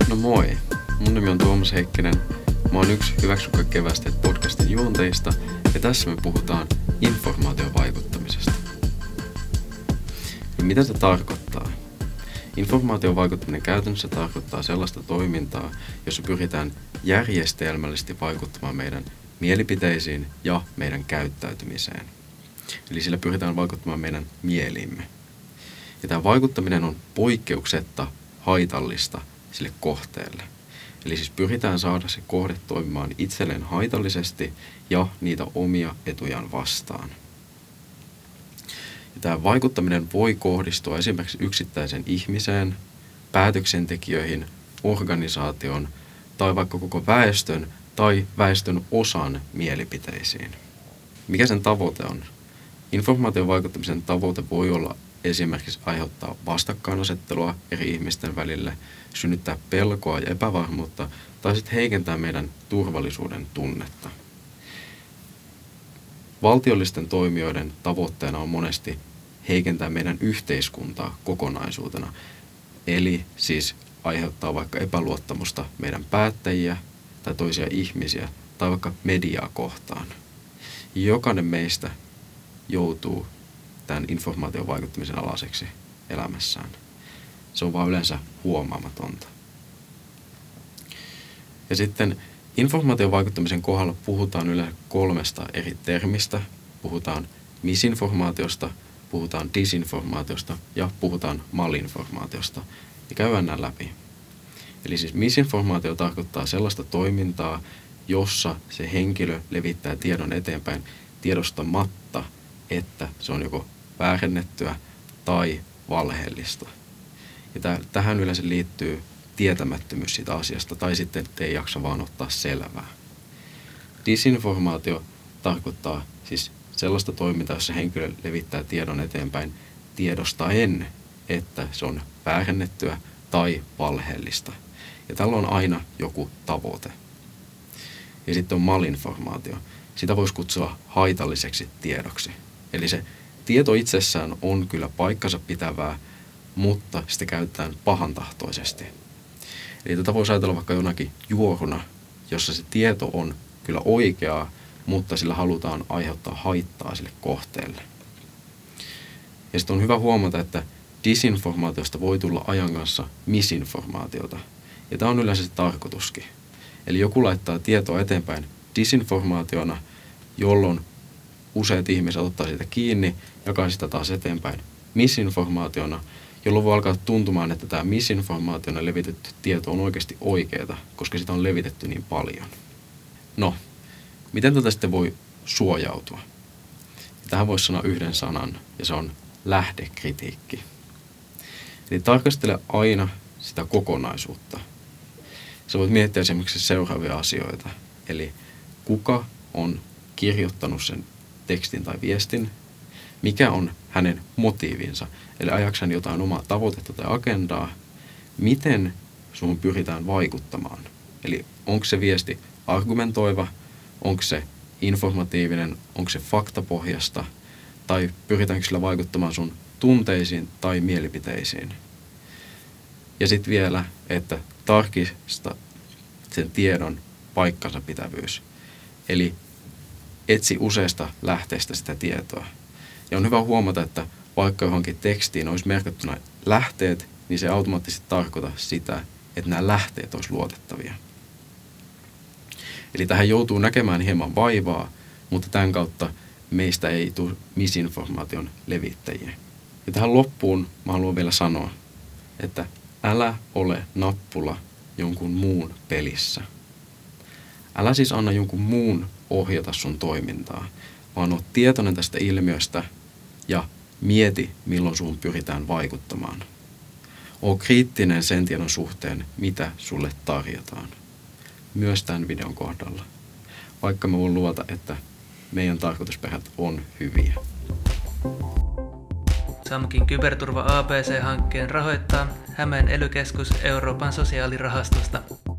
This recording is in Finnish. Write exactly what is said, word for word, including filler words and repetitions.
No moi, mun nimi on Tuomas Heikkinen. Mä oon yksi Hyväksy kaikki evästeet podcastin juonteista ja tässä me puhutaan informaatiovaikuttamisesta. Ja mitä se tarkoittaa? Informaatiovaikuttaminen käytännössä tarkoittaa sellaista toimintaa, jossa pyritään järjestelmällisesti vaikuttamaan meidän mielipiteisiin ja meidän käyttäytymiseen. Eli sillä pyritään vaikuttamaan meidän mieliimme. Ja tämä vaikuttaminen on poikkeuksetta haitallista sille kohteelle. Eli siis pyritään saada se kohde toimimaan itselleen haitallisesti ja niitä omia etujaan vastaan. Ja tämä vaikuttaminen voi kohdistua esimerkiksi yksittäisen ihmiseen, päätöksentekijöihin, organisaation tai vaikka koko väestön tai väestön osan mielipiteisiin. Mikä sen tavoite on? Informaation vaikuttamisen tavoite voi olla esimerkiksi aiheuttaa vastakkainasettelua eri ihmisten välille, synnyttää pelkoa ja epävarmuutta tai sitten heikentää meidän turvallisuuden tunnetta. Valtiollisten toimijoiden tavoitteena on monesti heikentää meidän yhteiskuntaa kokonaisuutena, eli siis aiheuttaa vaikka epäluottamusta meidän päättäjiä tai toisia ihmisiä tai vaikka mediaa kohtaan. Jokainen meistä joutuu tämän informaation vaikuttamisen alaiseksi elämässään. Se on vaan yleensä huomaamatonta. Ja sitten informaation vaikuttamisen kohdalla puhutaan yleensä kolmesta eri termistä. Puhutaan misinformaatiosta, puhutaan disinformaatiosta ja puhutaan malinformaatiosta. Ja käydään nämä läpi. Eli siis misinformaatio tarkoittaa sellaista toimintaa, jossa se henkilö levittää tiedon eteenpäin tiedostamatta, että se on joko väärennettyä tai valheellista. Ja tähän yleensä liittyy tietämättömyys siitä asiasta tai sitten te ei jaksa vaan ottaa selvää. Disinformaatio tarkoittaa siis sellaista toimintaa, jossa henkilö levittää tiedon eteenpäin tiedostaen, että se on väärennettyä tai valheellista. Ja tällä on aina joku tavoite. Ja sitten on malinformaatio. Sitä voisi kutsua haitalliseksi tiedoksi. Eli se tieto itsessään on kyllä paikkansa pitävää, mutta sitä käytetään pahantahtoisesti. Eli tätä voisi ajatella vaikka jonakin juoruna, jossa se tieto on kyllä oikeaa, mutta sillä halutaan aiheuttaa haittaa sille kohteelle. Ja sitten on hyvä huomata, että disinformaatiosta voi tulla ajan kanssa misinformaatiota. Ja tämä on yleensä se tarkoituskin. Eli joku laittaa tietoa eteenpäin disinformaationa, jolloin useat ihmiset ottaa siitä kiinni, jakaa sitä taas eteenpäin misinformaationa, jolloin voi alkaa tuntumaan, että tämä misinformaationa levitetty tieto on oikeasti oikeaa, koska sitä on levitetty niin paljon. No, miten tätä sitten voi suojautua? Tähän voisi sanoa yhden sanan, ja se on lähdekritiikki. Eli tarkastele aina sitä kokonaisuutta. Sä voit miettiä esimerkiksi seuraavia asioita. Eli kuka on kirjoittanut sen tekstin tai viestin, mikä on hänen motiivinsa, eli ajaako hän jotain omaa tavoitetta tai agendaa, miten suhun pyritään vaikuttamaan. Eli onko se viesti argumentoiva, onko se informatiivinen, onko se faktapohjasta, tai pyritäänkö sillä vaikuttamaan sun tunteisiin tai mielipiteisiin. Ja sitten vielä, että tarkista sen tiedon paikkansa pitävyys. Eli etsi useista lähteistä sitä tietoa. Ja on hyvä huomata, että vaikka johonkin tekstiin olisi merkittynä lähteet, niin se ei automaattisesti tarkoita sitä, että nämä lähteet olisi luotettavia. Eli tähän joutuu näkemään hieman vaivaa, mutta tämän kautta meistä ei tule misinformaation levittäjiä. Ja tähän loppuun mä haluan vielä sanoa, että älä ole nappula jonkun muun pelissä. Älä siis anna jonkun muun ohjata sun toimintaa, vaan oot tietoinen tästä ilmiöstä ja mieti, milloin sun pyritään vaikuttamaan. Oo kriittinen sen tiedon suhteen, mitä sulle tarjotaan. Myös tämän videon kohdalla. Vaikka mä voin luvata, että meidän tarkoitusperät on hyviä. SAMKin Kyberturva A B C-hankkeen rahoittaa Hämeen ely-keskus Euroopan sosiaalirahastosta.